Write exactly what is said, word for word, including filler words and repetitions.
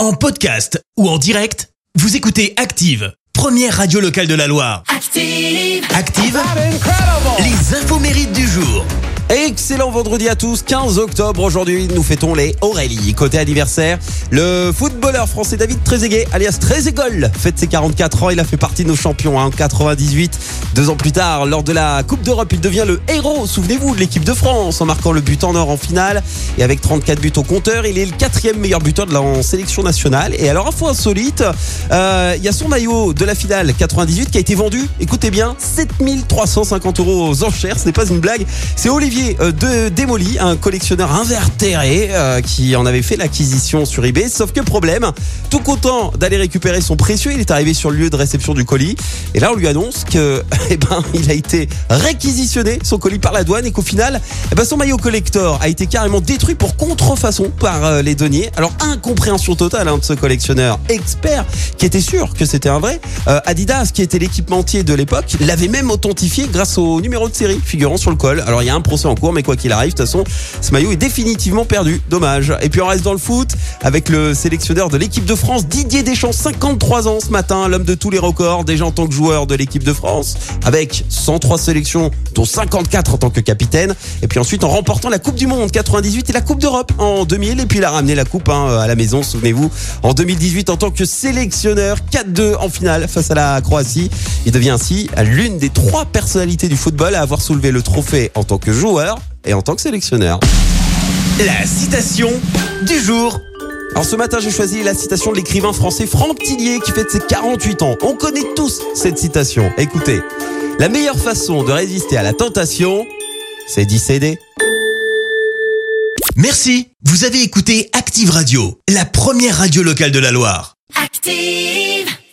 En podcast ou en direct, vous écoutez Active, première radio locale de la Loire. Active, Active, les infos mérites du jour. Excellent vendredi à tous, quinze octobre aujourd'hui, nous fêtons les Aurélie. Côté anniversaire, le footballeur français David Trezeguet, alias Trezegol, fête ses quarante-quatre ans. Il a fait partie de nos champions en hein, quatre-vingt-dix-huit. Deux ans plus tard, lors de la Coupe d'Europe, il devient le héros, souvenez-vous, de l'équipe de France en marquant le but en or en finale. Et avec trente-quatre buts au compteur, il est le quatrième meilleur buteur de la en sélection nationale. Et alors, info insolite, euh, il y a son maillot de la finale quatre-vingt-dix-huit qui a été vendu, écoutez bien, sept mille trois cent cinquante euros aux enchères. Ce n'est pas une blague, c'est Olivier de Démoli, un collectionneur invétéré euh, qui en avait fait l'acquisition sur eBay. Sauf que problème, tout content d'aller récupérer son précieux, il est arrivé sur le lieu de réception du colis. Et là, on lui annonce que, eh ben, il a été réquisitionné, son colis, par la douane, et qu'au final, eh ben, son maillot collector a été carrément détruit pour contrefaçon par euh, les douaniers. Alors, incompréhension totale hein, de ce collectionneur expert qui était sûr que c'était un vrai. Euh, Adidas, qui était l'équipementier de l'époque, l'avait même authentifié grâce au numéro de série figurant sur le col. Alors, il y a un procès en cours, mais quoi qu'il arrive, de toute façon, ce maillot est définitivement perdu. Dommage. Et puis on reste dans le foot avec le sélectionneur de l'équipe de France, Didier Deschamps, cinquante-trois ans ce matin, l'homme de tous les records, déjà en tant que joueur de l'équipe de France, avec cent trois sélections, dont cinquante-quatre en tant que capitaine. Et puis ensuite en remportant la Coupe du Monde quatre-vingt-dix-huit et la Coupe d'Europe en deux mille. Et puis il a ramené la coupe hein, à la maison, souvenez-vous, en deux mille dix-huit en tant que sélectionneur, quatre deux en finale face à la Croatie. Il devient ainsi l'une des trois personnalités du football à avoir soulevé le trophée en tant que joueur et en tant que sélectionneur. La citation du jour. Alors ce matin, j'ai choisi la citation de l'écrivain français Franck Tillier qui fête ses quarante-huit ans. On connaît tous cette citation. Écoutez, la meilleure façon de résister à la tentation, c'est d'y céder. Merci. Vous avez écouté Active Radio, la première radio locale de la Loire. Active!